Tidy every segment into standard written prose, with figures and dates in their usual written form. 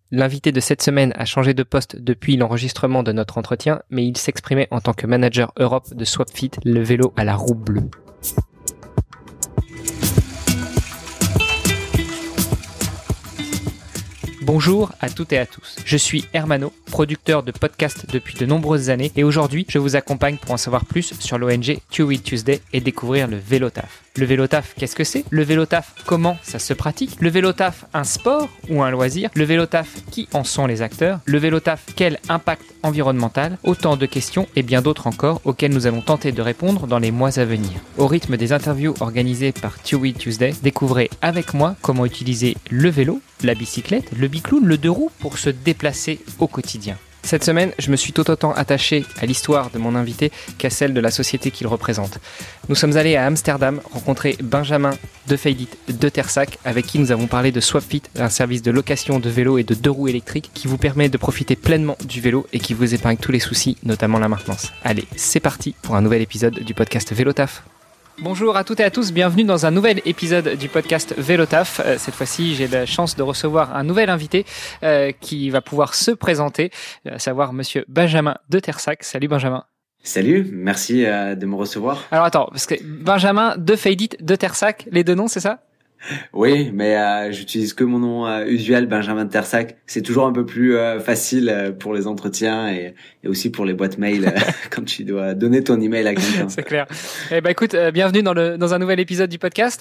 L'invité de cette semaine a changé de poste depuis l'enregistrement de notre entretien, mais il s'exprimait en tant que manager Europe de Swapfit, le vélo à la roue bleue. Bonjour à toutes et à tous. Je suis Hermano, producteur de podcasts depuis de nombreuses années et aujourd'hui, je vous accompagne pour en savoir plus sur l'ONG Two Wheel Tuesday et découvrir le vélo taf. Le vélo taf, qu'est-ce que c'est? Le vélo taf, comment ça se pratique? Le vélo taf, un sport ou un loisir? Le vélo taf, qui en sont les acteurs? Le vélo taf, quel impact environnemental? Autant de questions et bien d'autres encore auxquelles nous allons tenter de répondre dans les mois à venir. Au rythme des interviews organisées par Two Wheel Tuesday, découvrez avec moi comment utiliser le vélo, la bicyclette, le bicloune, le deux roues pour se déplacer au quotidien. Cette semaine, je me suis tout autant attaché à l'histoire de mon invité qu'à celle de la société qu'il représente. Nous sommes allés à Amsterdam rencontrer Benjamin de Feydit de Terssac, avec qui nous avons parlé de Swapfit, un service de location de vélos et de deux roues électriques qui vous permet de profiter pleinement du vélo et qui vous épargne tous les soucis, notamment la maintenance. Allez, c'est parti pour un nouvel épisode du podcast Vélo Taf. Bonjour à toutes et à tous, bienvenue dans un nouvel épisode du podcast Vélo Taf. Cette fois-ci, j'ai la chance de recevoir un nouvel invité qui va pouvoir se présenter, à savoir monsieur Benjamin de Terssac. Salut Benjamin. Salut, merci de me recevoir. Alors attends, parce que Benjamin de Feydit de Terssac, les deux noms, c'est ça? Oui, mais j'utilise que mon nom usuel, Benjamin de Terssac. C'est toujours un peu plus facile pour les entretiens et aussi pour les boîtes mail quand tu dois donner ton email à quelqu'un. C'est clair. Eh ben écoute, bienvenue dans un nouvel épisode du podcast.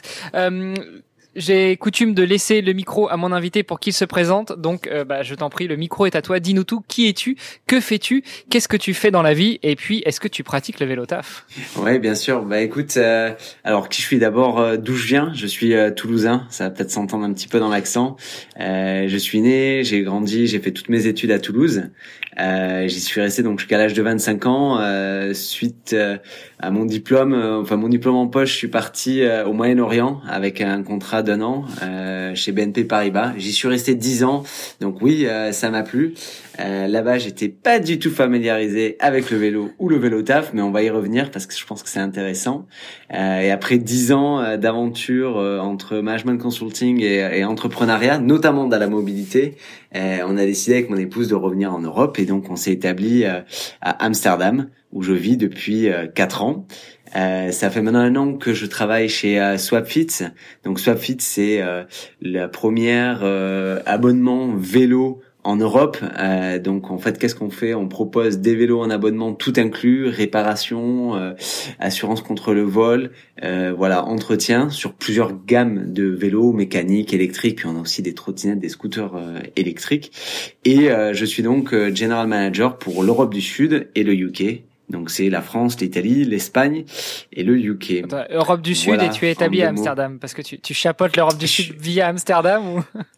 J'ai coutume de laisser le micro à mon invité pour qu'il se présente, donc je t'en prie, le micro est à toi. Dis-nous tout, qui es-tu, que fais-tu, qu'est-ce que tu fais dans la vie, et puis est-ce que tu pratiques le vélo taf? Ouais, bien sûr. Écoute, alors qui je suis d'abord, d'où je viens? Je suis toulousain, ça va peut-être s'entendre un petit peu dans l'accent. Je suis né, j'ai grandi, j'ai fait toutes mes études à Toulouse. J'y suis resté donc jusqu'à l'âge de 25 ans. Suite à mon diplôme, mon diplôme en poche, je suis parti au Moyen-Orient avec un contrat d'1 an chez BNP Paribas. J'y suis resté 10 ans, donc oui, ça m'a plu. Là-bas, j'étais pas du tout familiarisé avec le vélo ou le vélo taf, mais on va y revenir parce que je pense que c'est intéressant. Et après 10 ans d'aventure entre management consulting et entrepreneuriat, notamment dans la mobilité, on a décidé avec mon épouse de revenir en Europe et donc on s'est établi à Amsterdam où je vis depuis 4 ans. Ça fait maintenant 1 an que je travaille chez Swapfit. Donc Swapfit, c'est la première abonnement vélo en Europe. Donc en fait, qu'est-ce qu'on fait? On propose des vélos en abonnement tout inclus, réparation, assurance contre le vol, entretien sur plusieurs gammes de vélos mécaniques, électriques, puis on a aussi des trottinettes, des scooters électriques. Et je suis donc General Manager pour l'Europe du Sud et le UK. Donc c'est la France, l'Italie, l'Espagne et le UK. Attends, Europe du Sud, voilà, et tu es établi à Amsterdam parce que tu chapeautes l'Europe du Sud via Amsterdam ou?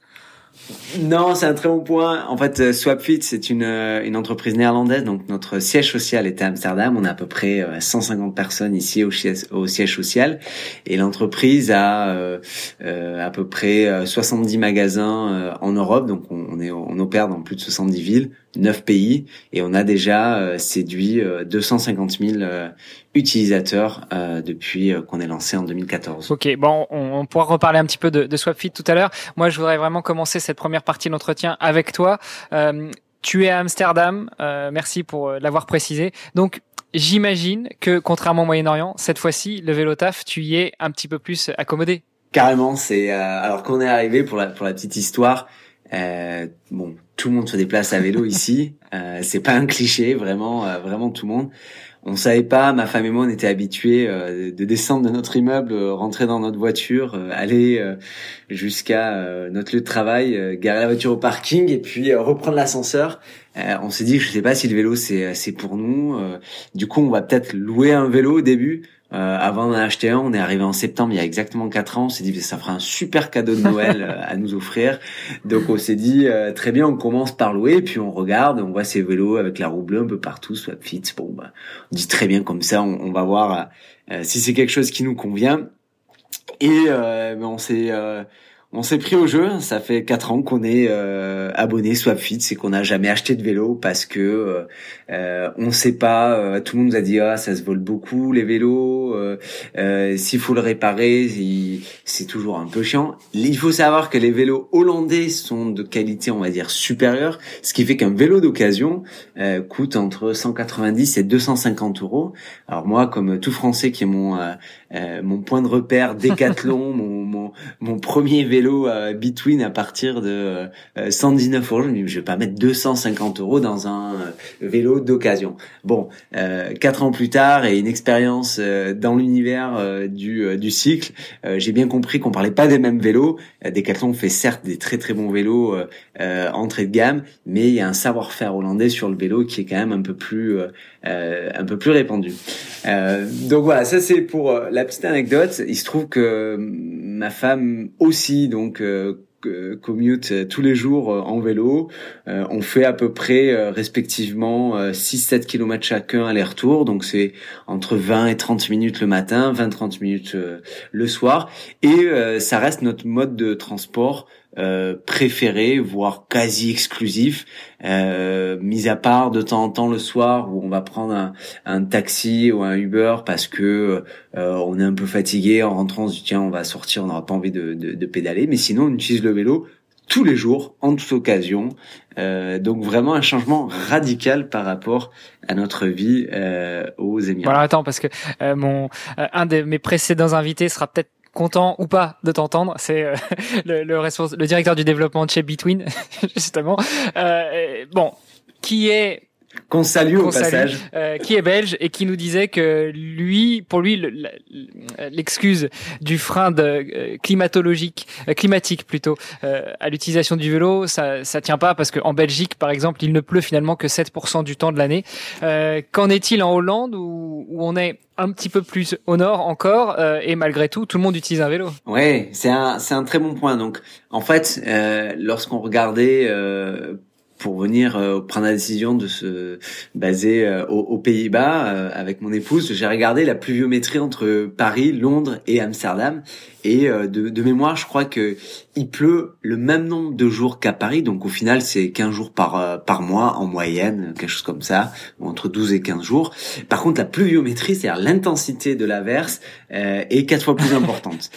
Non, c'est un très bon point. En fait, Swapfit, c'est une entreprise néerlandaise. Donc, notre siège social est à Amsterdam. On a à peu près 150 personnes ici au siège social. Et l'entreprise a à peu près 70 magasins en Europe. Donc, on opère dans plus de 70 villes, 9 pays. Et on a déjà séduit 250 000 utilisateurs depuis qu'on est lancé en 2014. Ok, bon, on pourra reparler un petit peu de Swapfit tout à l'heure. Moi, je voudrais vraiment commencer cette première partie de l'entretien avec toi. Tu es à Amsterdam, merci pour l'avoir précisé. Donc, j'imagine que, contrairement au Moyen-Orient, cette fois-ci, le vélo taf, tu y es un petit peu plus accommodé. Carrément, c'est alors qu'on est arrivé pour la petite histoire. Tout le monde se déplace à vélo ici. C'est pas un cliché, vraiment tout le monde. On savait pas, ma femme et moi, on était habitués de descendre de notre immeuble, rentrer dans notre voiture, aller jusqu'à notre lieu de travail, garer la voiture au parking et puis reprendre l'ascenseur. On s'est dit, je sais pas si le vélo c'est pour nous. Du coup, on va peut-être louer un vélo au début. Avant d'en acheter un, on est arrivé en septembre, il y a exactement 4 ans. On s'est dit, ça fera un super cadeau de Noël à nous offrir. Donc, on s'est dit, très bien, on commence par louer, puis on regarde, on voit ces vélos avec la roue bleue un peu partout, Swapfit. On dit très bien comme ça, on va voir si c'est quelque chose qui nous convient. Et on on s'est pris au jeu. Ça fait 4 ans qu'on est abonné Swapfit, c'est qu'on n'a jamais acheté de vélo parce que on sait pas. Tout le monde nous a dit ça se vole beaucoup les vélos. S'il faut le réparer, c'est toujours un peu chiant. Il faut savoir que les vélos hollandais sont de qualité, on va dire, supérieure, ce qui fait qu'un vélo d'occasion coûte entre 190 et 250 euros. Alors moi, comme tout Français qui est mon point de repère Décathlon, mon premier vélo Between à partir de 119 euros, je me dis je vais pas mettre 250 euros dans un vélo d'occasion. Bon, 4 ans plus tard et une expérience dans l'univers du cycle, j'ai bien compris qu'on parlait pas des mêmes vélos. Décathlon fait certes des très très bons vélos entrée de gamme, mais il y a un savoir-faire hollandais sur le vélo qui est quand même un peu plus répandu. Donc voilà, ça c'est pour la petite anecdote. Il se trouve que ma femme aussi donc commute tous les jours en vélo. On fait à peu près respectivement 6-7 km chacun aller-retour, donc c'est entre 20 et 30 minutes le matin, 20-30 minutes le soir, et ça reste notre mode de transport préféré, voire quasi exclusif, mis à part de temps en temps le soir où on va prendre un taxi ou un Uber parce que on est un peu fatigué en rentrant, on se dit tiens on va sortir, on n'aura pas envie de pédaler, mais sinon on utilise le vélo tous les jours, en toute occasion, donc vraiment un changement radical par rapport à notre vie aux Émirats. Voilà, attends, parce que un de mes précédents invités sera peut-être content ou pas de t'entendre, c'est le directeur du développement de chez Between, justement. Bon, qu'on salue au passage, qui est belge et qui nous disait que pour lui, l'excuse du frein climatique plutôt, à l'utilisation du vélo, ça tient pas parce qu'en Belgique, par exemple, il ne pleut finalement que 7% du temps de l'année. Qu'en est-il en Hollande où on est un petit peu plus au nord encore et malgré tout le monde utilise un vélo? Ouais, c'est un très bon point. Donc en fait, lorsqu'on regardait pour venir prendre la décision de se baser aux Pays-Bas avec mon épouse, j'ai regardé la pluviométrie entre Paris, Londres et Amsterdam, et de mémoire, je crois que il pleut le même nombre de jours qu'à Paris, donc au final c'est 15 jours par mois en moyenne, quelque chose comme ça, ou entre 12 et 15 jours. Par contre, la pluviométrie, c'est-à-dire l'intensité de l'averse, est 4 fois plus importante.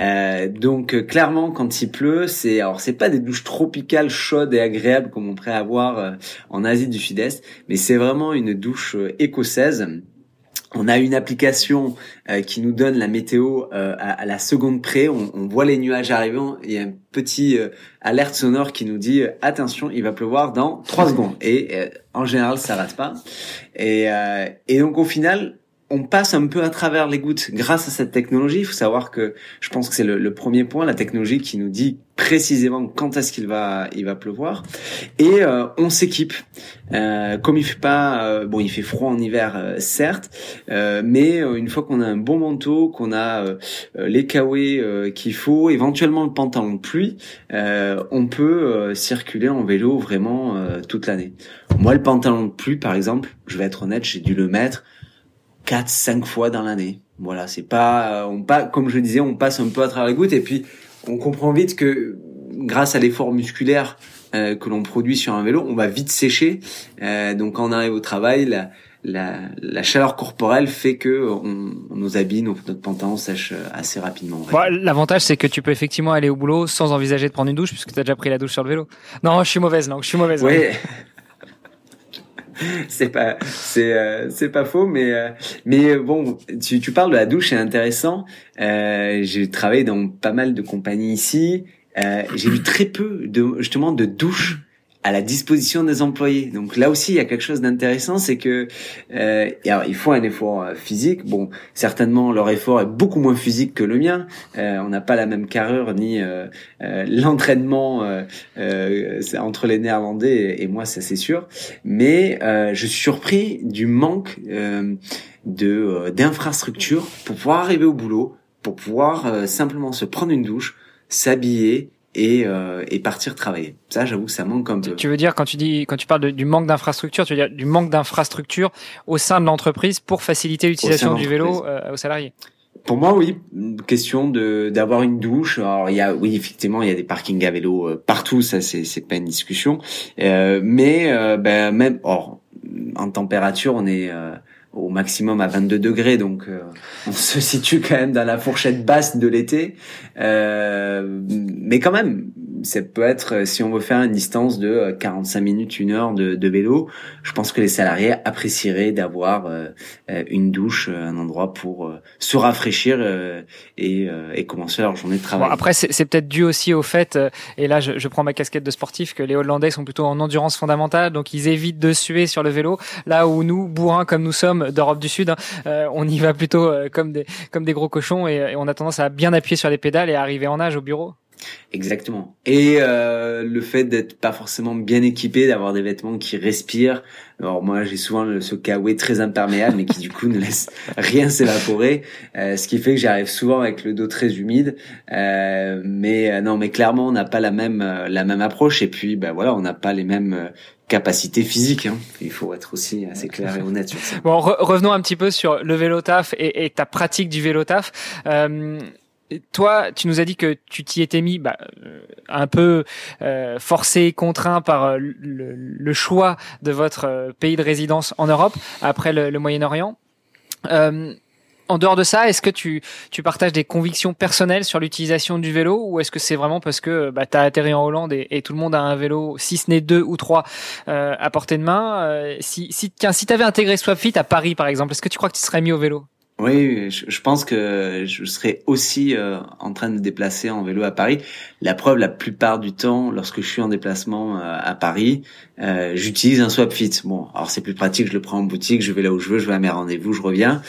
Donc clairement, quand il pleut, c'est pas des douches tropicales chaudes et agréables comme on pourrait avoir en Asie du Sud-Est, mais c'est vraiment une douche écossaise. On a une application qui nous donne la météo à la seconde près. On voit les nuages arriver. Il y a un petit alerte sonore qui nous dit attention, il va pleuvoir dans 3 secondes. Et en général, ça rate pas. Et donc au final, on passe un peu à travers les gouttes grâce à cette technologie. Il faut savoir que je pense que c'est le premier point, la technologie qui nous dit précisément quand est-ce qu'il va pleuvoir, et on s'équipe. Comme il fait pas, il fait froid en hiver, certes, mais une fois qu'on a un bon manteau, qu'on a les kawaii qu'il faut, éventuellement le pantalon de pluie, on peut circuler en vélo vraiment toute l'année. Moi, le pantalon de pluie, par exemple, je vais être honnête, j'ai dû le mettre 4-5 fois dans l'année. Voilà, c'est pas, comme je disais, on passe un peu à travers les gouttes, et puis on comprend vite que grâce à l'effort musculaire que l'on produit sur un vélo, on va vite sécher. Donc quand on arrive au travail, la chaleur corporelle fait que nos habits, notre pantalon sèche assez rapidement. L'avantage, c'est que tu peux effectivement aller au boulot sans envisager de prendre une douche puisque tu as déjà pris la douche sur le vélo. Non, je suis mauvaise. Oui. C'est pas faux, mais bon, tu parles de la douche, c'est intéressant. J'ai travaillé dans pas mal de compagnies ici. J'ai vu très peu de douches à la disposition des employés. Donc là aussi, il y a quelque chose d'intéressant, c'est que alors, il faut un effort physique. Bon, certainement, leur effort est beaucoup moins physique que le mien. On n'a pas la même carrure ni l'entraînement entre les Néerlandais et moi, ça c'est sûr. Mais je suis surpris du manque d'infrastructures pour pouvoir arriver au boulot, pour pouvoir simplement se prendre une douche, s'habiller et partir travailler. Ça, j'avoue que ça manque un peu. Tu veux dire, quand tu parles du manque d'infrastructure, tu veux dire du manque d'infrastructure au sein de l'entreprise pour faciliter l'utilisation du vélo aux salariés? Pour moi, oui, question d'avoir une douche. Alors oui, effectivement, il y a des parkings à vélo partout, ça c'est pas une discussion. Mais même en température, on est au maximum à 22 degrés, donc on se situe quand même dans la fourchette basse de l'été. Mais quand même, ça peut être, si on veut faire une distance de 45 minutes, 1 heure de vélo, je pense que les salariés apprécieraient d'avoir une douche, un endroit pour se rafraîchir et commencer leur journée de travail. Bon, après, c'est peut-être dû aussi au fait, et là je prends ma casquette de sportif, que les Hollandais sont plutôt en endurance fondamentale, donc ils évitent de suer sur le vélo, là où nous, bourrins comme nous sommes d'Europe du Sud, on y va plutôt comme des gros cochons et on a tendance à bien appuyer sur les pédales et à arriver en nage au bureau. Exactement. Et le fait d'être pas forcément bien équipé, d'avoir des vêtements qui respirent. Alors moi, j'ai souvent ce kawaii très imperméable, mais qui du coup ne laisse rien s'évaporer, ce qui fait que j'arrive souvent avec le dos très humide. Mais clairement, on n'a pas la même approche. Et puis, voilà, on n'a pas les mêmes capacités physiques. Hein. Il faut être aussi assez clair et honnête sur ça. Bon, revenons un petit peu sur le vélo taf et ta pratique du vélo taf. Toi, tu nous as dit que tu t'y étais mis un peu forcé, contraint par le choix de votre pays de résidence en Europe après le Moyen-Orient. En dehors de ça, est-ce que tu partages des convictions personnelles sur l'utilisation du vélo ou est-ce que c'est vraiment parce que tu as atterri en Hollande et tout le monde a un vélo, si ce n'est 2 ou 3 à portée de main si tu avais intégré Swapfit à Paris par exemple, est-ce que tu crois que tu serais mis au vélo? Oui, je pense que je serais aussi en train de me déplacer en vélo à Paris. La preuve, la plupart du temps, lorsque je suis en déplacement à Paris, j'utilise un Swapfit. Bon, alors c'est plus pratique, je le prends en boutique, je vais là où je veux, je vais à mes rendez-vous, je reviens.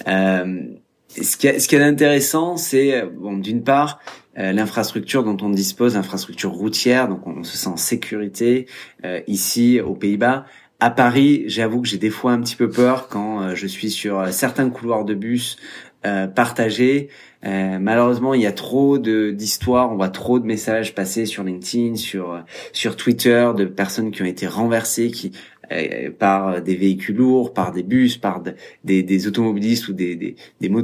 Ce qui est intéressant, c'est d'une part l'infrastructure dont on dispose, l'infrastructure routière, donc on se sent en sécurité ici aux Pays-Bas. À Paris, j'avoue que j'ai des fois un petit peu peur quand je suis sur certains couloirs de bus partagés. Malheureusement, il y a trop d'histoires, on voit trop de messages passer sur LinkedIn, sur Twitter, de personnes qui ont été renversées, par des véhicules lourds, par des bus, par des automobilistes ou des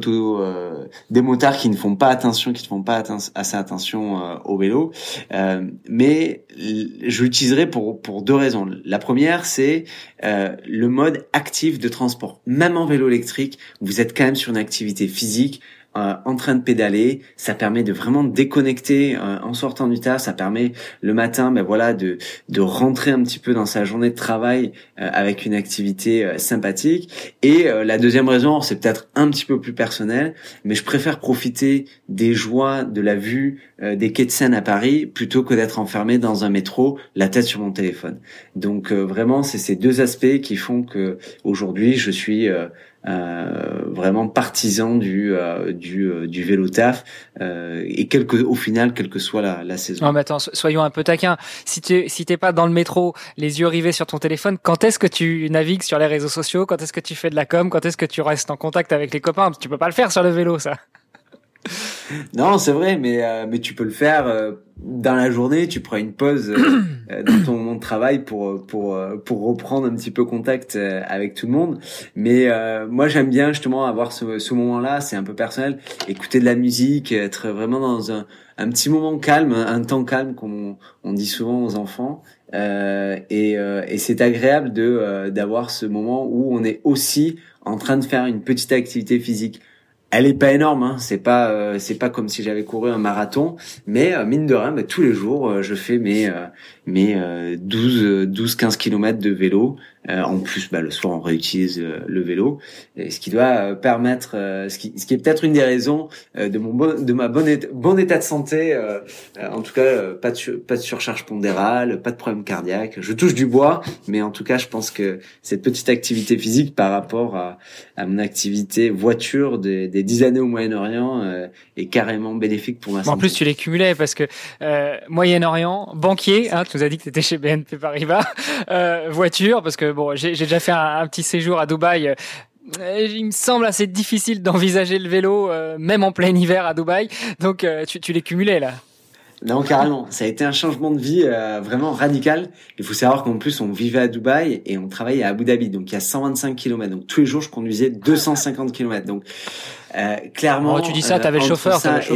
motards qui ne font pas attention, assez attention au vélo. Mais je l'utiliserai pour 2 raisons. La première, c'est le mode actif de transport. Même en vélo électrique, vous êtes quand même sur une activité physique. En train de pédaler, ça permet de vraiment déconnecter en sortant du taf, ça permet le matin de rentrer un petit peu dans sa journée de travail avec une activité sympathique. Et la deuxième raison, c'est peut-être un petit peu plus personnel, mais je préfère profiter des joies de la vue des quais de Seine à Paris plutôt que d'être enfermé dans un métro, la tête sur mon téléphone. Donc vraiment, c'est ces 2 aspects qui font que aujourd'hui je suis vraiment partisan du vélo taf et au final quelle que soit la saison. Non mais attends, soyons un peu taquins. Si t'es pas dans le métro, les yeux rivés sur ton téléphone, quand est-ce que tu navigues sur les réseaux sociaux? Quand est-ce que tu fais de la com? Quand est-ce que tu restes en contact avec les copains? Tu peux pas le faire sur le vélo, ça. Non, c'est vrai, mais tu peux le faire dans la journée. Tu prends une pause dans ton moment de travail pour reprendre un petit peu contact avec tout le monde. Mais moi, j'aime bien justement avoir ce moment-là. C'est un peu personnel. Écouter de la musique, être vraiment dans un petit moment calme, un temps calme qu'on dit souvent aux enfants. Et c'est agréable d'avoir ce moment où on est aussi en train de faire une petite activité physique. Elle est pas énorme, hein. C'est pas comme si j'avais couru un marathon, mais mine de rien, tous les jours, je fais mes 12-15 kilomètres de vélo. En plus, le soir, on réutilise le vélo, et ce qui doit permettre, ce qui est peut-être une des raisons de ma bon état de santé. En tout cas, pas de surcharge pondérale, pas de problème cardiaque. Je touche du bois, mais en tout cas, je pense que cette petite activité physique par rapport à mon activité voiture des 10 années au Moyen-Orient est carrément bénéfique pour ma santé. En plus, tu les cumulais parce que Moyen-Orient, banquier, hein, tu nous as dit que tu étais chez BNP Paribas, voiture, parce que bon, j'ai déjà fait un petit séjour à Dubaï. Il me semble assez difficile d'envisager le vélo, même en plein hiver à Dubaï. Donc, tu les cumulais là. Non, carrément. Ça a été un changement de vie vraiment radical. Il faut savoir qu'en plus, on vivait à Dubaï et on travaillait à Abu Dhabi. Donc, il y a 125 km. Donc, tous les jours, je conduisais 250 km. Donc, Clairement. Tu dis ça, t'avais le chauffeur,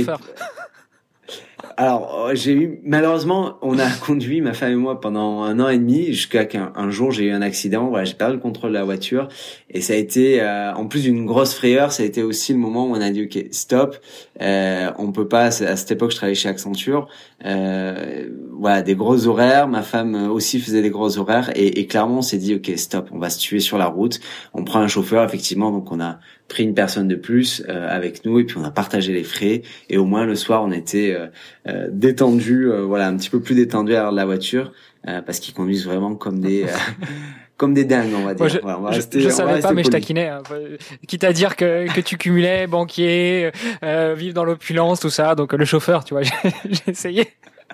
Alors, malheureusement, on a conduit, ma femme et moi, pendant 1 an et demi, jusqu'à qu'un jour, j'ai eu un accident. Voilà, j'ai perdu le contrôle de la voiture. Et ça a été, en plus d'une grosse frayeur, ça a été aussi le moment où on a dit, OK, stop, on peut pas, à cette époque, je travaillais chez Accenture, voilà, des gros horaires. Ma femme aussi faisait des gros horaires. Et clairement, on s'est dit, OK, stop, on va se tuer sur la route. On prend un chauffeur, effectivement. Donc, on a pris une personne de plus avec nous et puis on a partagé les frais et au moins le soir on était détendu, voilà, un petit peu plus détendu à la voiture parce qu'ils conduisent vraiment comme des comme des dingues, on va dire. Moi, je savais pas, mais je taquinais. Hein. Quitte à dire que tu cumulais banquier, vivre dans l'opulence, tout ça. Donc le chauffeur, tu vois, j'ai essayé.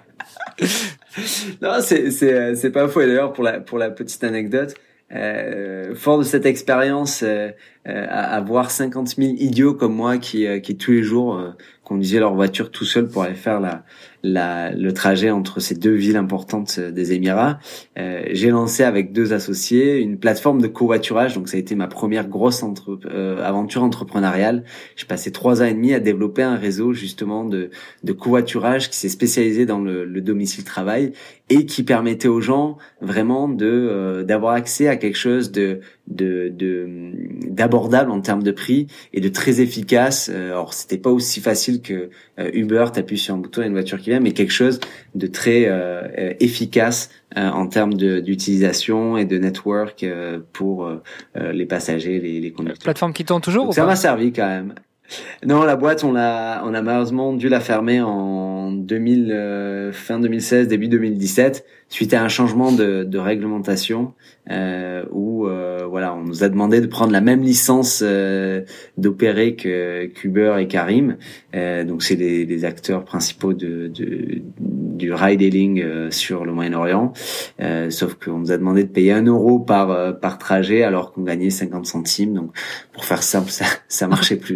Non, c'est pas faux. Et d'ailleurs, pour la petite anecdote, fort de cette expérience, à voir 50 000 idiots comme moi qui tous les jours conduisaient leur voiture tout seul pour aller faire le trajet entre ces deux villes importantes des Émirats, j'ai lancé avec 2 associés une plateforme de covoiturage. Donc ça a été ma première grosse aventure entrepreneuriale. J'ai passé 3 ans et demi à développer un réseau justement de covoiturage qui s'est spécialisé dans le domicile travail et qui permettait aux gens vraiment d'avoir accès à quelque chose d'abordable en termes de prix et de très efficace. Alors c'était pas aussi facile que Uber, t'appuies sur un bouton et une voiture qui vient, mais quelque chose de très efficace en termes d'utilisation et de network pour les passagers, les conducteurs. Plateforme qui tourne toujours. Donc, ça m'a servi quand même. Non, la boîte, on a malheureusement dû la fermer en fin 2016, début 2017, suite à un changement de réglementation où voilà, on nous a demandé de prendre la même licence d'opérer qu'Uber et Careem. Donc c'est les acteurs principaux du ride-hailing sur le Moyen-Orient. Sauf qu'on nous a demandé de payer 1 euro par trajet alors qu'on gagnait 50 centimes. Donc pour faire simple, ça marchait plus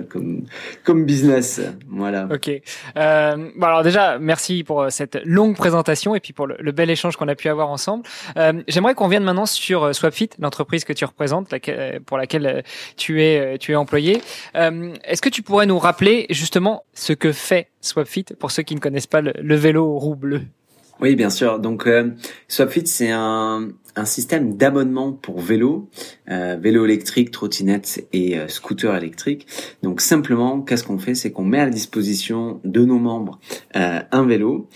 comme business. Voilà. Ok. Bon alors déjà, merci pour cette longue présentation et puis pour le bel échange qu'on a pu avoir ensemble. J'aimerais qu'on vienne maintenant sur Swapfit, l'entreprise que tu représentes, pour laquelle tu es employé. Est-ce que tu pourrais nous rappeler justement ce que fait Swapfit pour ceux qui ne connaissent pas le vélo roue bleu? Oui, bien sûr. Donc, Swapfit, c'est un système d'abonnement pour vélo électrique, trottinette et scooter électrique. Donc, simplement, qu'est-ce qu'on fait? C'est qu'on met à la disposition de nos membres un vélo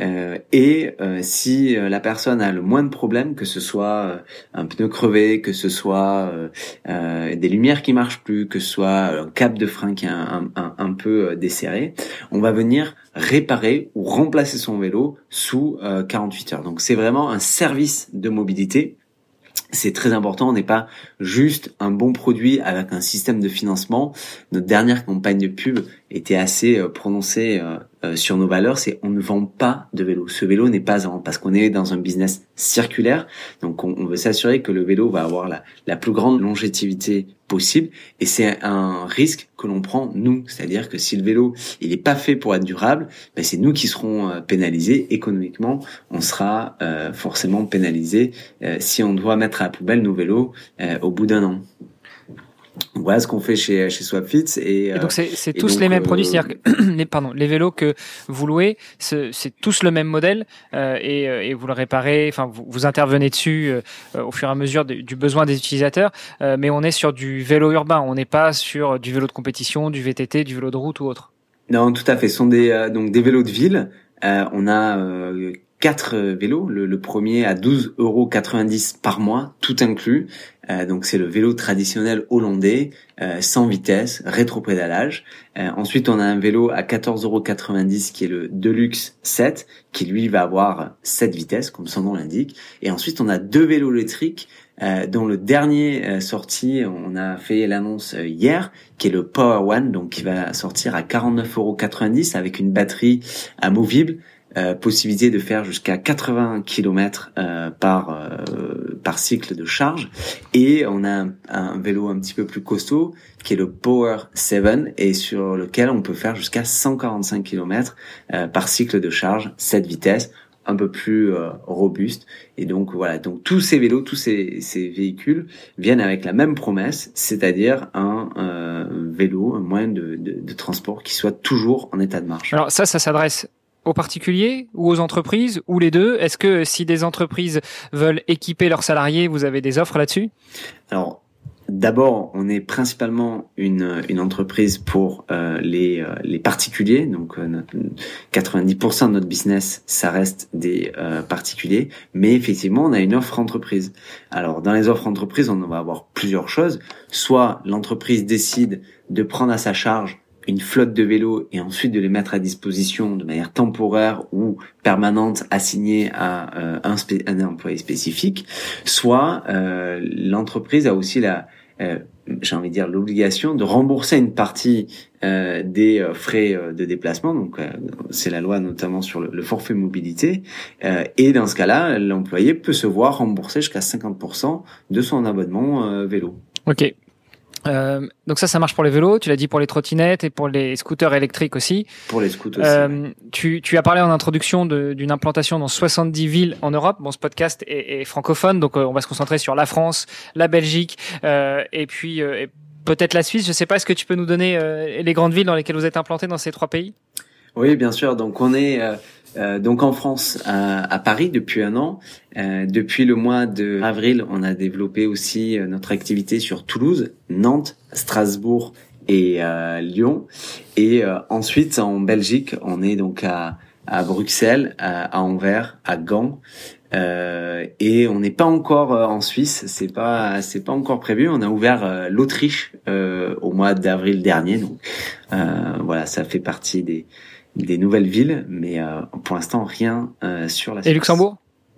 et si la personne a le moindre problème, que ce soit un pneu crevé, que ce soit des lumières qui marchent plus, que ce soit un câble de frein qui est un peu desserré, on va venir réparer ou remplacer son vélo sous 48 heures. Donc c'est vraiment un service de mobilité. C'est très important, on n'est pas juste un bon produit avec un système de financement. Notre dernière campagne de pub était assez prononcée sur nos valeurs, c'est on ne vend pas de vélo. Ce vélo n'est pas à vendre parce qu'on est dans un business circulaire. Donc on veut s'assurer que le vélo va avoir la plus grande longévité possible et c'est un risque que l'on prend nous. C'est-à-dire que si le vélo il est pas fait pour être durable, ben c'est nous qui serons pénalisés économiquement. On sera forcément pénalisés si on doit mettre à la poubelle nos vélos au bout d'1 an. Voilà ce qu'on fait chez Swapfit et donc c'est tous les mêmes produits, c'est-à-dire que les vélos que vous louez, c'est tous le même modèle et vous le réparez, enfin vous intervenez dessus au fur et à mesure du besoin des utilisateurs, mais on est sur du vélo urbain, on n'est pas sur du vélo de compétition, du VTT, du vélo de route ou autre. Non, tout à fait, ce sont donc des vélos de ville. On a 4 vélos. Le premier à 12,90 € par mois, tout inclus. Donc c'est le vélo traditionnel hollandais, sans vitesse, rétropédalage. Ensuite on a un vélo à 14,90 € qui est le Deluxe 7, qui lui va avoir 7 vitesses, comme son nom l'indique. Et ensuite on a 2 vélos électriques, dont le dernier sorti, on a fait l'annonce hier, qui est le Power One, donc qui va sortir à 49,90 € avec une batterie amovible. Possibilité de faire jusqu'à 80 km par cycle de charge, et on a un vélo un petit peu plus costaud qui est le Power 7 et sur lequel on peut faire jusqu'à 145 km par cycle de charge, 7 vitesses. un peu plus robuste. Et donc voilà, donc tous ces vélos, tous ces véhicules viennent avec la même promesse, c'est-à-dire un vélo, un moyen de transport qui soit toujours en état de marche. Alors ça s'adresse aux particuliers ou aux entreprises ou les deux? Est-ce que si des entreprises veulent équiper leurs salariés, vous avez des offres là-dessus? Alors, d'abord, on est principalement une entreprise pour les particuliers. Donc, 90% de notre business, ça reste des particuliers. Mais effectivement, on a une offre entreprise. Alors, dans les offres entreprises, on va avoir plusieurs choses. Soit l'entreprise décide de prendre à sa charge une flotte de vélos et ensuite de les mettre à disposition de manière temporaire ou permanente assignée à un employé spécifique, soit l'entreprise a aussi j'ai envie de dire l'obligation de rembourser une partie des frais de déplacement. Donc c'est la loi notamment sur le forfait mobilité, et dans ce cas-là, l'employé peut se voir rembourser jusqu'à 50% de son abonnement vélo. Ok. Donc ça marche pour les vélos, tu l'as dit pour les trottinettes et pour les scooters électriques aussi. Pour les scooters aussi. Tu as parlé en introduction d'une implantation dans 70 villes en Europe. Bon, ce podcast est francophone, donc on va se concentrer sur la France, la Belgique, et puis peut-être la Suisse. Je sais pas, est-ce que tu peux nous donner les grandes villes dans lesquelles vous êtes implantés dans ces 3 pays? Oui, bien sûr. Donc on est donc en France à Paris depuis 1 an. Depuis le mois d'avril, on a développé aussi notre activité sur Toulouse, Nantes, Strasbourg et Lyon. Et ensuite en Belgique, on est donc à Bruxelles, à Anvers, à Gand. Et on n'est pas encore en Suisse, c'est pas encore prévu. On a ouvert l'Autriche au mois d'avril dernier. Donc voilà, ça fait partie des nouvelles villes, mais pour l'instant rien sur la Suisse. Et Luxembourg?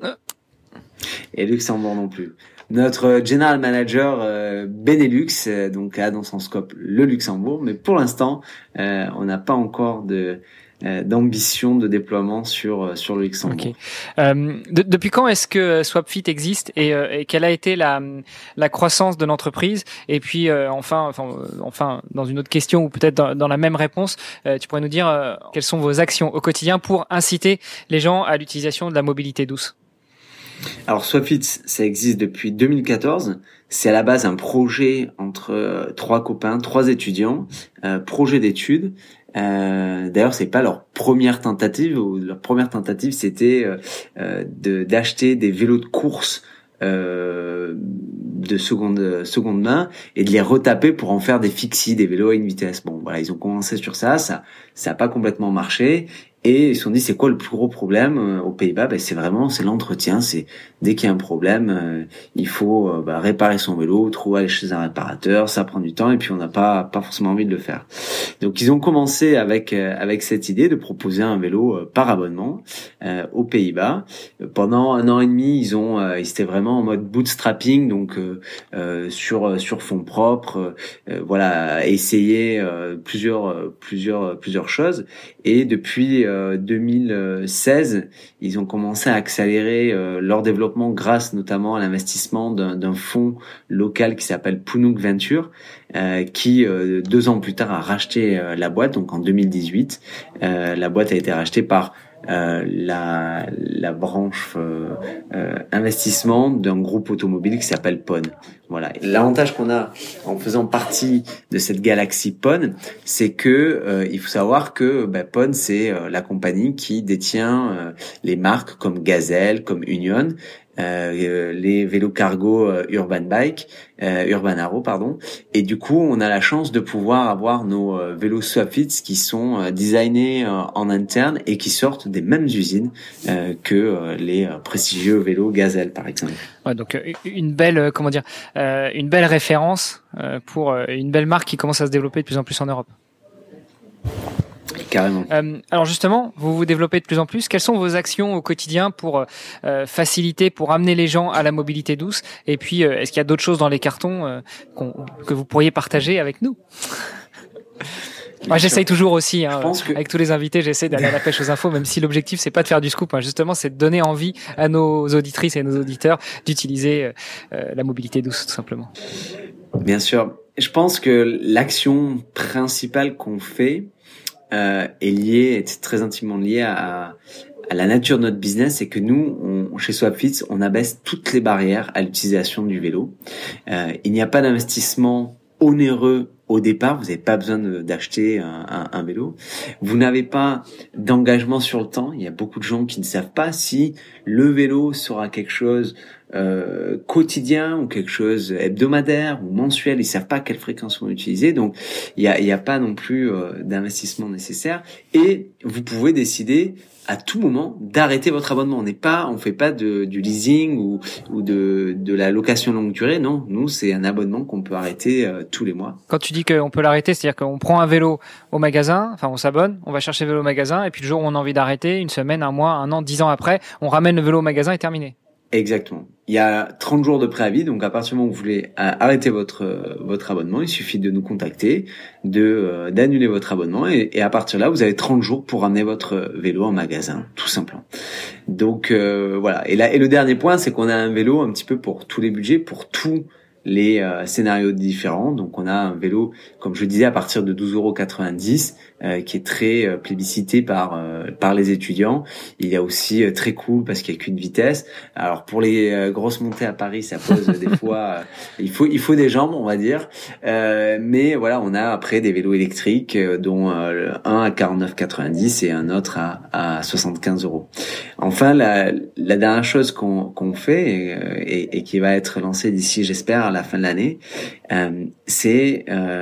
Et Luxembourg non plus. Notre general manager Benelux donc a dans son scope le Luxembourg, mais pour l'instant on n'a pas encore d'ambition de déploiement sur le Luxembourg. Okay. Depuis quand est-ce que SwapFit existe et quelle a été la croissance de l'entreprise? Et puis enfin dans une autre question ou peut-être dans la même réponse, tu pourrais nous dire quelles sont vos actions au quotidien pour inciter les gens à l'utilisation de la mobilité douce? Alors SwapFit, ça existe depuis 2014. C'est à la base un projet entre 3 copains, 3 étudiants, projet d'études. D'ailleurs, c'est pas leur première tentative. Leur première tentative, c'était d'acheter des vélos de course de seconde main et de les retaper pour en faire des fixie, des vélos à une vitesse. Bon, voilà, ils ont commencé sur ça a pas complètement marché. Et ils se sont dit, c'est quoi le plus gros problème aux Pays-Bas? C'est l'entretien. C'est dès qu'il y a un problème, il faut réparer son vélo, aller chez un réparateur. Ça prend du temps et puis on n'a pas forcément envie de le faire. Donc ils ont commencé avec cette idée de proposer un vélo par abonnement aux Pays-Bas. Pendant 1 an et demi, ils étaient vraiment en mode bootstrapping, donc sur fonds propres. Essayer plusieurs choses. Et depuis 2016, ils ont commencé à accélérer leur développement grâce notamment à l'investissement d'un fonds local qui s'appelle Phoenix Venture, qui 2 ans plus tard a racheté la boîte. Donc en 2018, la boîte a été rachetée par la branche investissement d'un groupe automobile qui s'appelle PON. Voilà. L'avantage qu'on a en faisant partie de cette galaxie PON, c'est que il faut savoir que PON, c'est la compagnie qui détient les marques comme Gazelle, comme Union, les vélos cargo Urban Arrow, pardon. Et du coup, on a la chance de pouvoir avoir nos vélos SwapFit qui sont designés en interne et qui sortent des mêmes usines que les prestigieux vélos Gazelle, par exemple. Ouais, donc une belle une belle référence pour une belle marque qui commence à se développer de plus en plus en Europe. Carrément. Alors justement, vous vous développez de plus en plus. Quelles sont vos actions au quotidien pour faciliter, pour amener les gens à la mobilité douce? Et puis, est-ce qu'il y a d'autres choses dans les cartons que vous pourriez partager avec nous? Moi, j'essaye toujours aussi, avec tous les invités, j'essaie d'aller à la pêche aux infos, même si l'objectif c'est pas de faire du scoop, justement, c'est de donner envie à nos auditrices et nos auditeurs d'utiliser la mobilité douce, tout simplement. Bien sûr. Je pense que l'action principale qu'on fait est très intimement liée à la nature de notre business, c'est que nous, chez Swapfit, on abaisse toutes les barrières à l'utilisation du vélo. Il n'y a pas d'investissement onéreux au départ, vous n'avez pas besoin d'acheter un vélo. Vous n'avez pas d'engagement sur le temps. Il y a beaucoup de gens qui ne savent pas si le vélo sera quelque chose quotidien ou quelque chose hebdomadaire ou mensuel. Ils savent pas à quelle fréquence on va utiliser. Donc, il y a pas non plus d'investissement nécessaire. Et vous pouvez décider à tout moment d'arrêter votre abonnement. On fait pas du leasing ou de la location longue durée. Non, nous c'est un abonnement qu'on peut arrêter tous les mois. Quand tu dis qu'on peut l'arrêter, c'est-à-dire qu'on prend un vélo au magasin, enfin on s'abonne, on va chercher le vélo au magasin, et puis le jour où on a envie d'arrêter, une semaine, un mois, un an, 10 ans après, on ramène le vélo au magasin et terminé. Exactement. Il y a 30 jours de préavis, donc à partir du moment où vous voulez arrêter votre abonnement, il suffit de nous contacter, d'annuler votre abonnement et à partir de là, vous avez 30 jours pour ramener votre vélo en magasin, tout simplement. Donc voilà. Et le dernier point, c'est qu'on a un vélo un petit peu pour tous les budgets, pour tous les scénarios différents. Donc on a un vélo, comme je le disais, à partir de 12,90 €, qui est très plébiscité par les étudiants. Il y a aussi très cool parce qu'il y a qu'une vitesse. Alors pour les grosses montées à Paris, ça pose des fois il faut des jambes, on va dire. Mais voilà, on a après des vélos électriques dont un à 49,90 € et un autre à 75 €. Enfin, la dernière chose qu'on fait et qui va être lancée d'ici, j'espère, à la fin de l'année, c'est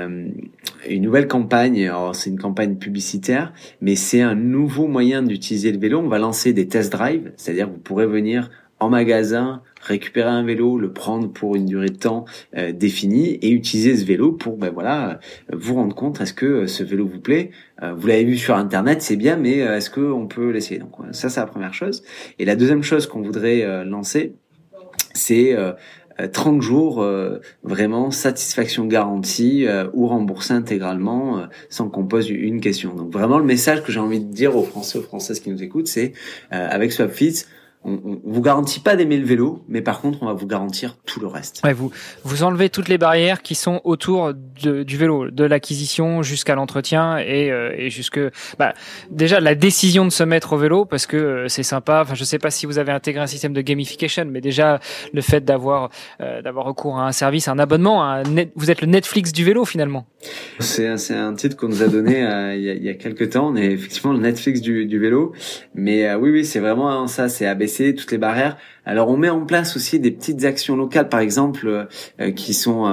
une nouvelle campagne. Alors, c'est une campagne publicitaire, mais c'est un nouveau moyen d'utiliser le vélo. On va lancer des test drives, c'est-à-dire que vous pourrez venir en magasin, récupérer un vélo, le prendre pour une durée de temps définie et utiliser ce vélo pour vous rendre compte, est-ce que ce vélo vous plaît, vous l'avez vu sur internet, c'est bien, mais est-ce que on peut l'essayer? Donc ça, c'est la première chose. Et la deuxième chose qu'on voudrait lancer, c'est 30 jours vraiment satisfaction garantie ou remboursé intégralement sans qu'on pose une question. Donc vraiment, le message que j'ai envie de dire aux Français, aux Françaises qui nous écoutent, c'est avec Swapfit, on vous garantit pas d'aimer le vélo, mais par contre, on va vous garantir tout le reste. Ouais, vous enlevez toutes les barrières qui sont autour du vélo, de l'acquisition jusqu'à l'entretien et jusque déjà la décision de se mettre au vélo parce que c'est sympa. Enfin, je sais pas si vous avez intégré un système de gamification, mais déjà le fait d'avoir recours à un service, un abonnement, vous êtes le Netflix du vélo finalement. C'est un titre qu'on nous a donné il y a quelques temps. On est effectivement le Netflix du vélo, mais oui, c'est vraiment ça, c'est abaisser toutes les barrières. Alors on met en place aussi des petites actions locales, par exemple, qui sont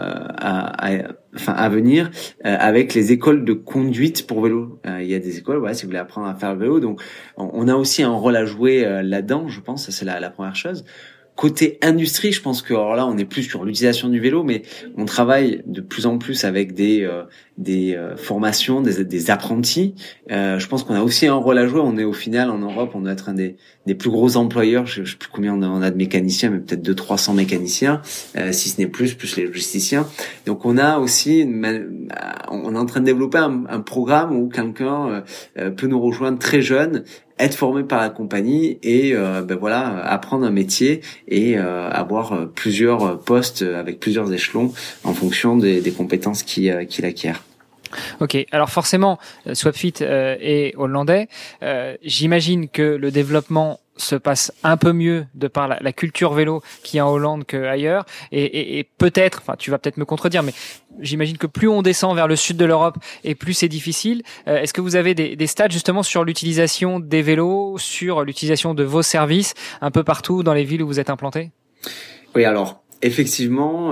à venir avec les écoles de conduite pour vélo. Il y a des écoles, si vous voulez apprendre à faire le vélo, donc on a aussi un rôle à jouer là-dedans, je pense. Ça, c'est la première chose. Côté industrie, je pense que alors là, on est plus sur l'utilisation du vélo, mais on travaille de plus en plus avec des formations, des apprentis. Je pense qu'on a aussi un rôle à jouer. On est au final en Europe, on doit être un des plus gros employeurs. Je sais plus combien on a de mécaniciens, mais peut-être 200-300 mécaniciens, si ce n'est plus les logisticiens. Donc on a aussi, on est en train de développer un programme où quelqu'un peut nous rejoindre très jeune, être formé par la compagnie et apprendre un métier et avoir plusieurs postes avec plusieurs échelons en fonction des compétences qu'il acquiert. Ok, alors forcément, Swapfit est hollandais. J'imagine que le développement se passe un peu mieux de par la culture vélo qu'il y a en Hollande qu'ailleurs. Et peut-être, enfin tu vas peut-être me contredire, mais j'imagine que plus on descend vers le sud de l'Europe et plus c'est difficile. Est-ce que vous avez des stats justement sur l'utilisation des vélos, sur l'utilisation de vos services un peu partout dans les villes où vous êtes implantés? Oui, alors effectivement,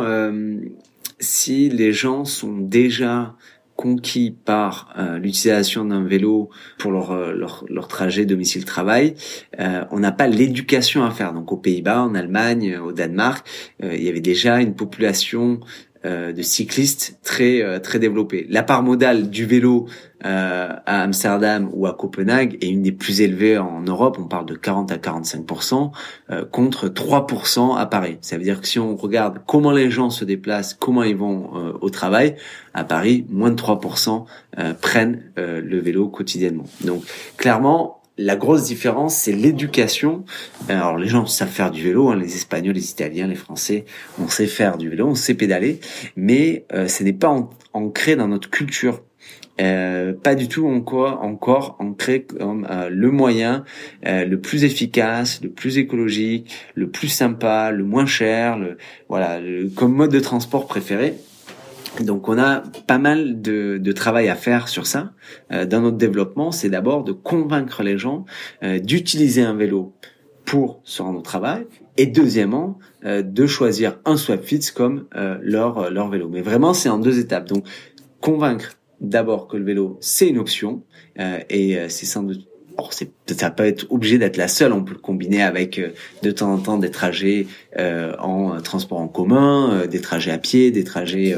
si les gens sont déjà conquis par l'utilisation d'un vélo pour leur trajet domicile-travail, on n'a pas l'éducation à faire. Donc aux Pays-Bas, en Allemagne, au Danemark, il y avait déjà une population de cyclistes très développée. La part modale du vélo à Amsterdam ou à Copenhague est une des plus élevées en Europe. On parle de 40 à 45% contre 3% à Paris. Ça veut dire que si on regarde comment les gens se déplacent, comment ils vont au travail, à Paris, moins de 3% prennent le vélo quotidiennement. Donc clairement, la grosse différence, c'est l'éducation. Alors, les gens savent faire du vélo, les Espagnols, les Italiens, les Français, on sait faire du vélo, on sait pédaler, mais ce n'est pas ancré dans notre culture. pas du tout encore ancré comme le moyen le plus efficace, le plus écologique, le plus sympa, le moins cher, comme mode de transport préféré. Donc on a pas mal de travail à faire sur ça. Dans notre développement, c'est d'abord de convaincre les gens d'utiliser un vélo pour se rendre au travail, et deuxièmement de choisir un Swapfit comme leur vélo. Mais vraiment, c'est en 2 étapes. Donc convaincre d'abord que le vélo c'est une option et c'est sans doute. Or, ça peut être obligé d'être la seule. On peut le combiner avec de temps en temps des trajets en transport en commun, des trajets à pied, des trajets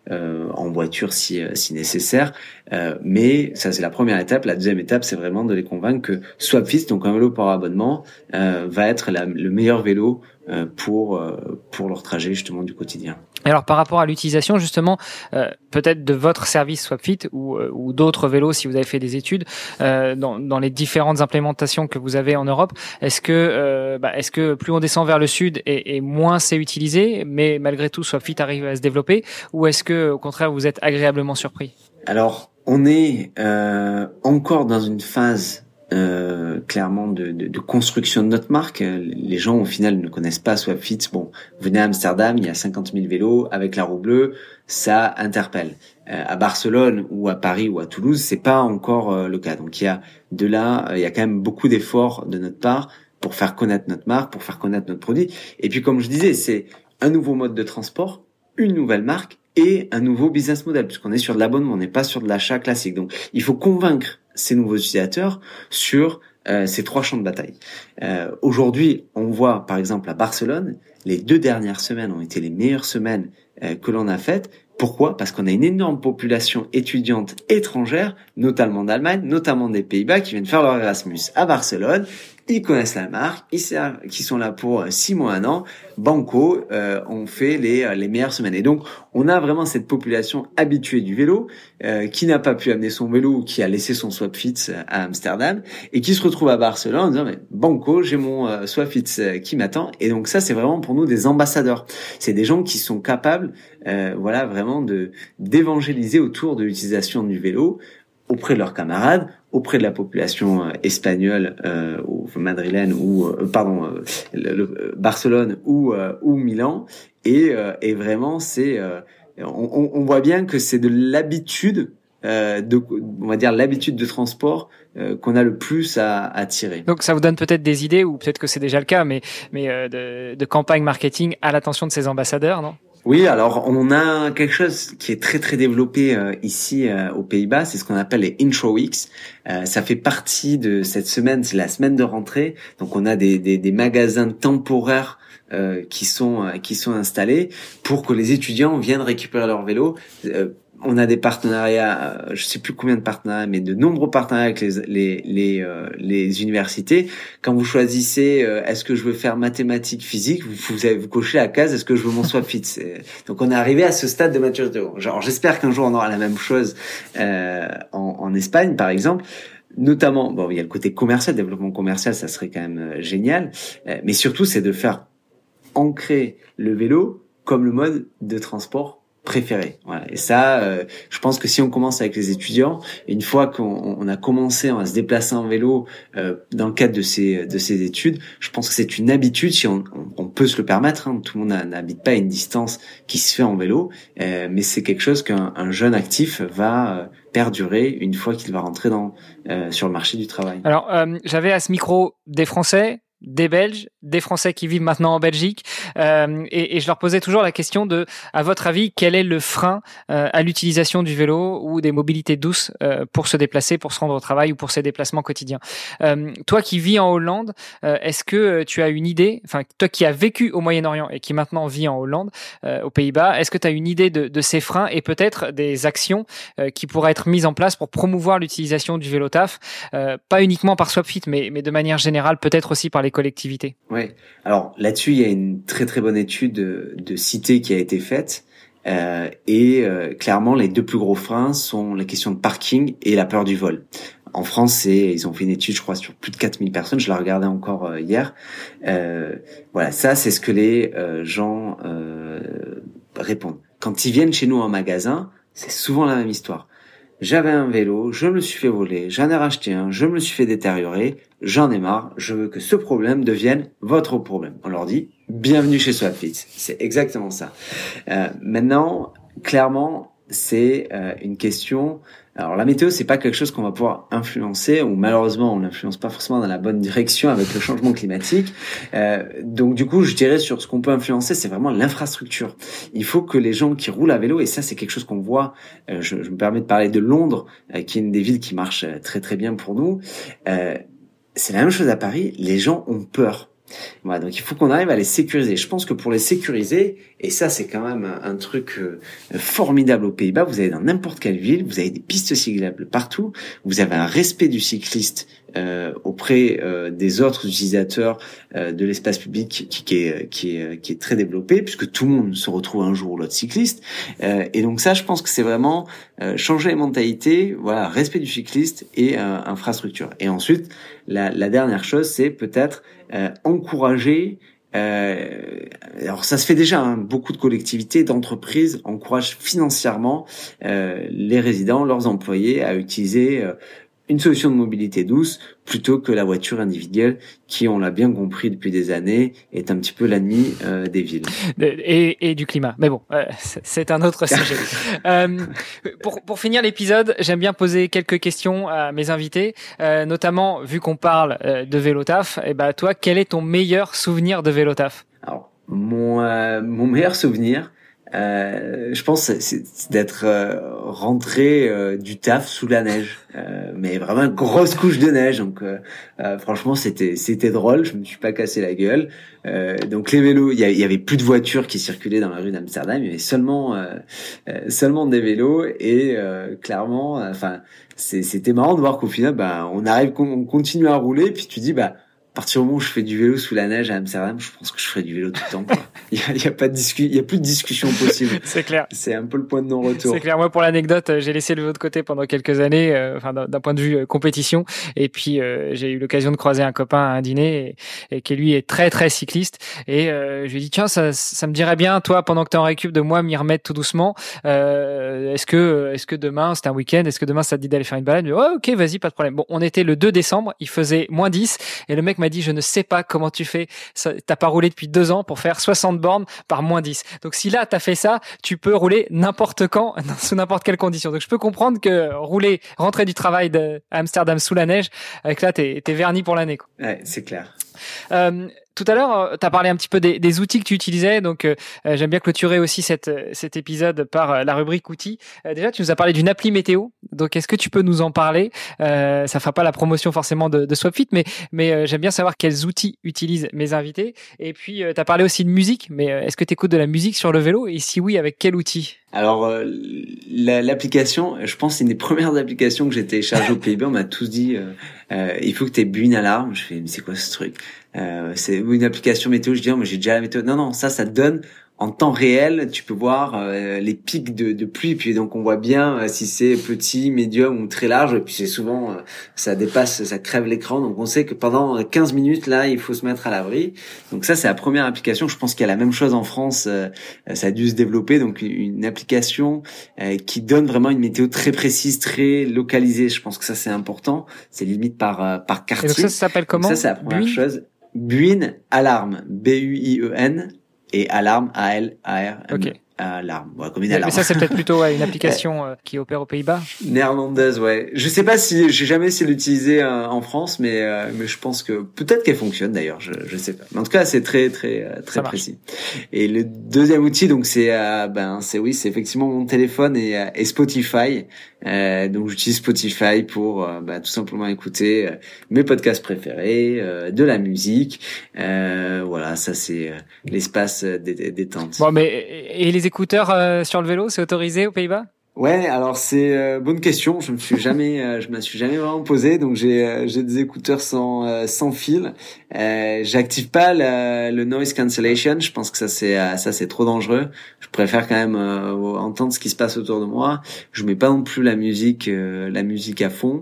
en voiture si nécessaire. Mais ça, c'est la première étape. La deuxième étape, c'est vraiment de les convaincre que Swapfit, donc un vélo par abonnement, va être le meilleur vélo pour leur trajet justement du quotidien. Alors par rapport à l'utilisation justement, peut-être de votre service Swapfit ou d'autres vélos si vous avez fait des études dans les différentes implémentations que vous avez en Europe, est-ce que plus on descend vers le sud et moins c'est utilisé, mais malgré tout Swapfit arrive à se développer, ou est-ce que au contraire vous êtes agréablement surpris? Alors on est encore dans une phase clairement de construction de notre marque. Les gens au final ne connaissent pas Swapfit. Bon, venez à Amsterdam, il y a 50 000 vélos avec la roue bleue, ça interpelle. À Barcelone ou à Paris ou à Toulouse, c'est pas encore le cas. Donc il y a quand même beaucoup d'efforts de notre part pour faire connaître notre marque, pour faire connaître notre produit. Et puis comme je disais, c'est un nouveau mode de transport, une nouvelle marque et un nouveau business model, puisqu'on est sur de l'abonnement, on n'est pas sur de l'achat classique. Donc il faut convaincre ces nouveaux utilisateurs sur ces 3 champs de bataille. Aujourd'hui, on voit par exemple à Barcelone, les 2 dernières semaines ont été les meilleures semaines que l'on a faites. Pourquoi ? Parce qu'on a une énorme population étudiante étrangère, notamment d'Allemagne, notamment des Pays-Bas, qui viennent faire leur Erasmus à Barcelone. Ils connaissent la marque, ils savent qu'ils sont là pour 6 mois, 1 an. Banco, on fait les meilleures semaines. Et donc, on a vraiment cette population habituée du vélo, qui n'a pas pu amener son vélo ou qui a laissé son Swapfit à Amsterdam et qui se retrouve à Barcelone en disant mais Banco, j'ai mon Swapfit qui m'attend. Et donc ça, c'est vraiment pour nous des ambassadeurs. C'est des gens qui sont capables, vraiment d'évangéliser autour de l'utilisation du vélo auprès de leurs camarades, auprès de la population espagnole ou madrilène ou Barcelone ou Milan, et vraiment c'est on voit bien que c'est de l'habitude on va dire l'habitude de transport qu'on a le plus à tirer. Donc ça vous donne peut-être des idées, ou peut-être que c'est déjà le cas, mais de campagne marketing à l'attention de ces ambassadeurs, non? Oui, alors on a quelque chose qui est très très développé ici aux Pays-Bas, c'est ce qu'on appelle les Intro Weeks. Ça fait partie de cette semaine, c'est la semaine de rentrée. Donc on a des magasins temporaires qui sont installés pour que les étudiants viennent récupérer leur vélo. On a des partenariats, je sais plus combien de partenariats, mais de nombreux partenariats avec les universités. Quand vous choisissez, est-ce que je veux faire mathématiques, physique, vous cochez la case, est-ce que je veux mon Swapfit. Donc on est arrivé à ce stade de maturité. Genre, j'espère qu'un jour on aura la même chose en Espagne, par exemple. Notamment, bon, il y a le côté commercial, développement commercial, ça serait quand même génial. Mais surtout, c'est de faire ancrer le vélo comme le mode de transport préféré. Voilà. Et ça, je pense que si on commence avec les étudiants, une fois qu'on a commencé à se déplacer en vélo dans le cadre de ces études, je pense que c'est une habitude, si on peut se le permettre, hein, tout le monde n'habite pas à une distance qui se fait en vélo, mais c'est quelque chose qu'un jeune actif va perdurer une fois qu'il va rentrer sur le marché du travail. Alors, j'avais à ce micro des Français, des Belges, des Français qui vivent maintenant en Belgique, et je leur posais toujours la question de, à votre avis, quel est le frein à l'utilisation du vélo ou des mobilités douces pour se déplacer, pour se rendre au travail ou pour ses déplacements quotidiens. Toi qui vis en Hollande, est-ce que tu as une idée, enfin toi qui as vécu au Moyen-Orient et qui maintenant vis en Hollande, aux Pays-Bas, est-ce que tu as une idée de ces freins et peut-être des actions qui pourraient être mises en place pour promouvoir l'utilisation du vélo taf, pas uniquement par Swapfit, mais de manière générale, peut-être aussi par les collectivités? Oui. Alors là-dessus, il y a une très très bonne étude de Cité qui a été faite. Clairement, les 2 plus gros freins sont la question de parking et la peur du vol. En France, ils ont fait une étude, je crois, sur plus de 4000 personnes. Je la regardais encore hier. Voilà, ça, c'est ce que les gens répondent. Quand ils viennent chez nous en magasin, c'est souvent la même histoire. j'avais un vélo, je me le suis fait voler, j'en ai racheté un, je me le suis fait détériorer, j'en ai marre, je veux que ce problème devienne votre problème. On leur dit, bienvenue chez Swapfit. C'est exactement ça. Maintenant, clairement, c'est une question. Alors la météo, c'est pas quelque chose qu'on va pouvoir influencer, ou malheureusement on l'influence pas forcément dans la bonne direction avec le changement climatique. Donc du coup, je dirais sur ce qu'on peut influencer, c'est vraiment l'infrastructure. Il faut que les gens qui roulent à vélo, et ça c'est quelque chose qu'on voit, je me permets de parler de Londres, qui est une des villes qui marche très très bien pour nous. C'est la même chose à Paris, les gens ont peur. Voilà, donc il faut qu'on arrive à les sécuriser. Je pense que pour les sécuriser, et ça c'est quand même un truc formidable aux Pays-Bas, vous allez dans n'importe quelle ville, vous avez des pistes cyclables partout, vous avez un respect du cycliste auprès des autres utilisateurs de l'espace public qui est très développé, puisque tout le monde se retrouve un jour ou l'autre cycliste. Et donc ça, je pense que c'est vraiment changer les mentalités, voilà, respect du cycliste et infrastructure. Et ensuite, la dernière chose, c'est peut-être encourager. Alors ça se fait déjà, hein, beaucoup de collectivités, d'entreprises encouragent financièrement les résidents, leurs employés à utiliser une solution de mobilité douce plutôt que la voiture individuelle qui, on l'a bien compris depuis des années, est un petit peu l'ennemi des villes. Et du climat. Mais bon, c'est un autre sujet. Pour finir l'épisode, j'aime bien poser quelques questions à mes invités, notamment vu qu'on parle de Vélotaf. Et ben toi, quel est ton meilleur souvenir de Vélotaf? Alors, mon meilleur souvenir, je pense, c'est d'être rentré du taf sous la neige, mais vraiment une grosse couche de neige. Donc, franchement, c'était drôle. Je me suis pas cassé la gueule. Donc les vélos, il y avait plus de voitures qui circulaient dans la rue d'Amsterdam. Il y avait seulement des vélos et clairement, enfin, c'était marrant de voir qu'au final, on continue à rouler. Puis tu dis, à partir du moment où je fais du vélo sous la neige à Amsterdam, je pense que je ferai du vélo tout le temps, quoi. Il y a pas de il y a plus de discussion possible. C'est clair. C'est un peu le point de non-retour. C'est clair. Moi, pour l'anecdote, j'ai laissé le vélo de côté pendant quelques années, d'un point de vue compétition. Et puis, j'ai eu l'occasion de croiser un copain à un dîner et qui lui est très très cycliste. Et je lui ai dit tiens, ça me dirait bien, toi, pendant que t'es en récup, de moi m'y remettre tout doucement. Est-ce que demain, c'est un week-end, est-ce que demain ça te dit d'aller faire une balade? Je lui ai dit, ok, vas-y, pas de problème. Bon, on était le 2 décembre, il faisait -10 et le mec m'a dit je ne sais pas comment tu fais, t'as pas roulé depuis 2 ans pour faire 60 bornes par -10. Donc si là t'as fait ça, tu peux rouler n'importe quand, sous n'importe quelle condition. Donc je peux comprendre que rentrer du travail à Amsterdam sous la neige, avec là t'es verni pour l'année, quoi. Ouais, c'est clair. Tout à l'heure, tu as parlé un petit peu des outils que tu utilisais, donc j'aime bien clôturer aussi cet épisode par la rubrique outils. Déjà, tu nous as parlé d'une appli météo, donc est-ce que tu peux nous en parler? Ça fera pas la promotion forcément de Swapfit, mais j'aime bien savoir quels outils utilisent mes invités. Et puis, tu as parlé aussi de musique, mais est-ce que tu écoutes de la musique sur le vélo? Et si oui, avec quel outil? Alors l'application, je pense, c'est une des premières applications que j'ai téléchargées aux Pays-Bas. On m'a tous dit il faut que tu aies bu une alarme. Je fais mais c'est quoi ce truc? C'est une application météo. Je dis mais j'ai déjà la météo. Non, ça te donne en temps réel. Tu peux voir les pics de pluie. Puis donc on voit bien si c'est petit, médium ou très large. Et puis c'est souvent ça dépasse, ça crève l'écran. Donc on sait que pendant 15 minutes là, il faut se mettre à l'abri. Donc ça c'est la première application. Je pense qu'il y a la même chose en France. Ça a dû se développer. Donc une application qui donne vraiment une météo très précise, très localisée. Je pense que ça c'est important. C'est limite par quartier. Et donc ça s'appelle comment? Donc ça c'est la première chose. Buin Alarm, Buien, et Alarm, A-L-A-R-M. Ok. Alarme, ouais, comme une alarme. Mais ça, c'est peut-être plutôt une application qui opère aux Pays-Bas. Néerlandaise, ouais. Je sais pas si j'ai jamais essayé de l'utiliser en France, mais je pense que peut-être qu'elle fonctionne d'ailleurs. Je sais pas. Mais en tout cas, c'est très précis. Et le deuxième outil, donc c'est c'est effectivement mon téléphone et Spotify. Donc j'utilise Spotify pour tout simplement écouter mes podcasts préférés, de la musique. Voilà, ça c'est l'espace détente. Bon, mais et les écouteurs sur le vélo, c'est autorisé aux Pays-Bas? Ouais, alors c'est bonne question. Je me suis jamais vraiment posé. Donc j'ai des écouteurs sans fil. J'active pas le noise cancellation. Je pense que ça c'est trop dangereux. Je préfère quand même entendre ce qui se passe autour de moi. Je mets pas non plus la musique à fond.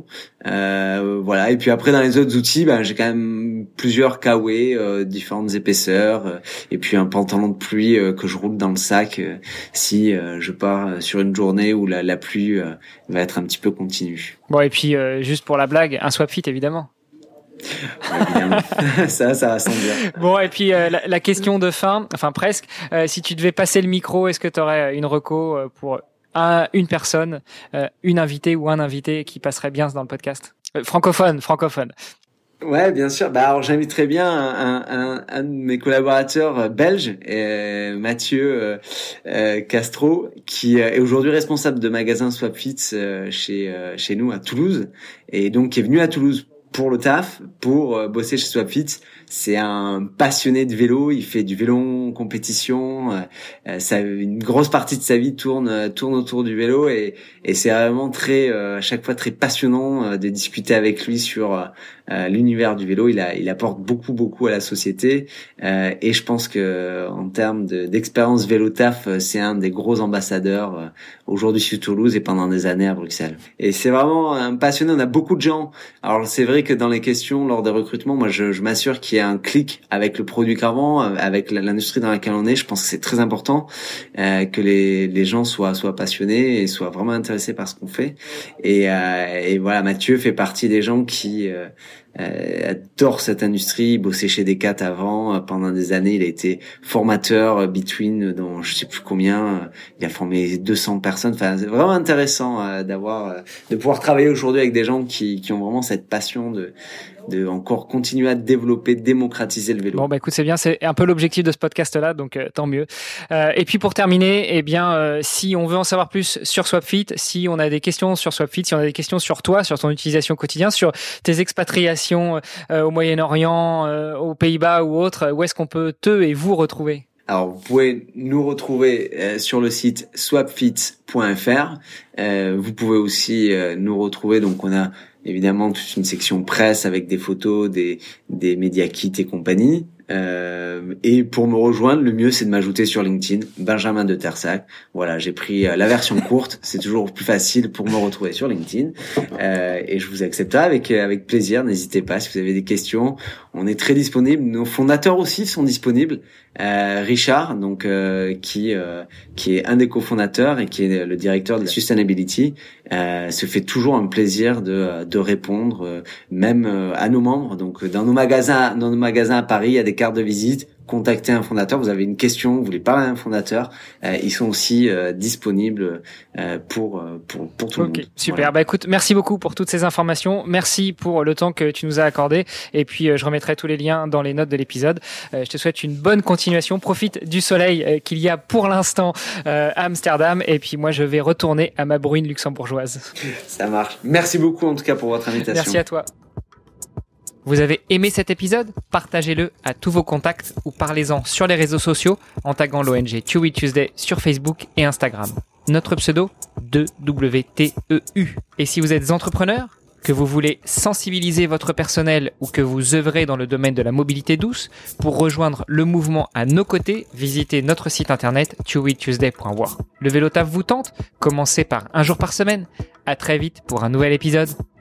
Voilà. Et puis après dans les autres outils, j'ai quand même plusieurs kawaii, différentes épaisseurs, et puis un pantalon de pluie que je roule dans le sac si je pars sur une journée où où la pluie va être un petit peu continue. Bon, et puis juste pour la blague, un swap fit évidemment. Ouais, évidemment. ça va sans dire. Bon, et puis la question de fin, enfin presque, si tu devais passer le micro, est-ce que tu aurais une reco pour une personne, une invitée ou un invité qui passerait bien dans le podcast? Francophone. Ouais, bien sûr. Alors j'inviterais bien un de mes collaborateurs belges, Mathieu Castro, qui est aujourd'hui responsable de magasin Swapfit chez nous à Toulouse, et donc qui est venu à Toulouse pour le taf, pour bosser chez Swapfit. C'est un passionné de vélo, il fait du vélo en compétition, une grosse partie de sa vie tourne autour du vélo, et c'est vraiment à chaque fois très passionnant de discuter avec lui sur l'univers du vélo. Il apporte beaucoup à la société, et je pense que en termes d'expérience vélo taf, c'est un des gros ambassadeurs aujourd'hui sur Toulouse et pendant des années à Bruxelles. Et c'est vraiment un passionné. On a beaucoup de gens. Alors c'est vrai que dans les questions lors des recrutements, moi je m'assure qu'il y a un clic avec le produit qu'avant, avec l'industrie dans laquelle on est. Je pense que c'est très important que les gens soient passionnés et soient vraiment intéressés par ce qu'on fait. Et voilà, Mathieu fait partie des gens qui adore cette industrie. Il bossait chez Decat avant, pendant des années. Il a été formateur between dans je sais plus combien. Il a formé 200 personnes. Enfin, c'est vraiment intéressant de pouvoir travailler aujourd'hui avec des gens qui ont vraiment cette passion de encore continuer à développer, démocratiser le vélo. Bon, écoute, c'est bien, c'est un peu l'objectif de ce podcast-là, donc tant mieux. Et puis pour terminer, si on veut en savoir plus sur Swapfit, si on a des questions sur Swapfit, si on a des questions sur toi, sur ton utilisation quotidienne, sur tes expatriations au Moyen-Orient, aux Pays-Bas ou autre, où est-ce qu'on peut te et vous retrouver? Alors, vous pouvez nous retrouver sur le site swapfit.fr. Vous pouvez aussi nous retrouver, donc on a évidemment toute une section presse avec des photos, des media kits et compagnie. Et pour me rejoindre, le mieux c'est de m'ajouter sur LinkedIn, Benjamin de Tersac. Voilà, j'ai pris la version courte, c'est toujours plus facile pour me retrouver sur LinkedIn. Et je vous accepterai avec plaisir. N'hésitez pas si vous avez des questions. On est très disponible. Nos fondateurs aussi sont disponibles. Richard, donc qui est un des cofondateurs et qui est le directeur de la sustainability, se fait toujours un plaisir de répondre, même à nos membres. Donc dans nos magasins à Paris, il y a des cartes de visite. Contactez un fondateur. Vous avez une question, vous voulez parler à un fondateur, ils sont aussi disponibles pour tout le monde. Super. Voilà. Écoute, merci beaucoup pour toutes ces informations. Merci pour le temps que tu nous as accordé. Et puis je remettrai tous les liens dans les notes de l'épisode. Je te souhaite une bonne continuation. Profite du soleil qu'il y a pour l'instant à Amsterdam. Et puis moi, je vais retourner à ma bruine luxembourgeoise. Ça marche. Merci beaucoup en tout cas pour votre invitation. Merci à toi. Vous avez aimé cet épisode? Partagez-le à tous vos contacts ou parlez-en sur les réseaux sociaux en taguant l'ONG Chewy Tuesday sur Facebook et Instagram. Notre pseudo, 2WTEU. Et si vous êtes entrepreneur, que vous voulez sensibiliser votre personnel ou que vous œuvrez dans le domaine de la mobilité douce, pour rejoindre le mouvement à nos côtés, visitez notre site internet chewytuesday.war. Le vélo taf vous tente? Commencez par un jour par semaine. À très vite pour un nouvel épisode.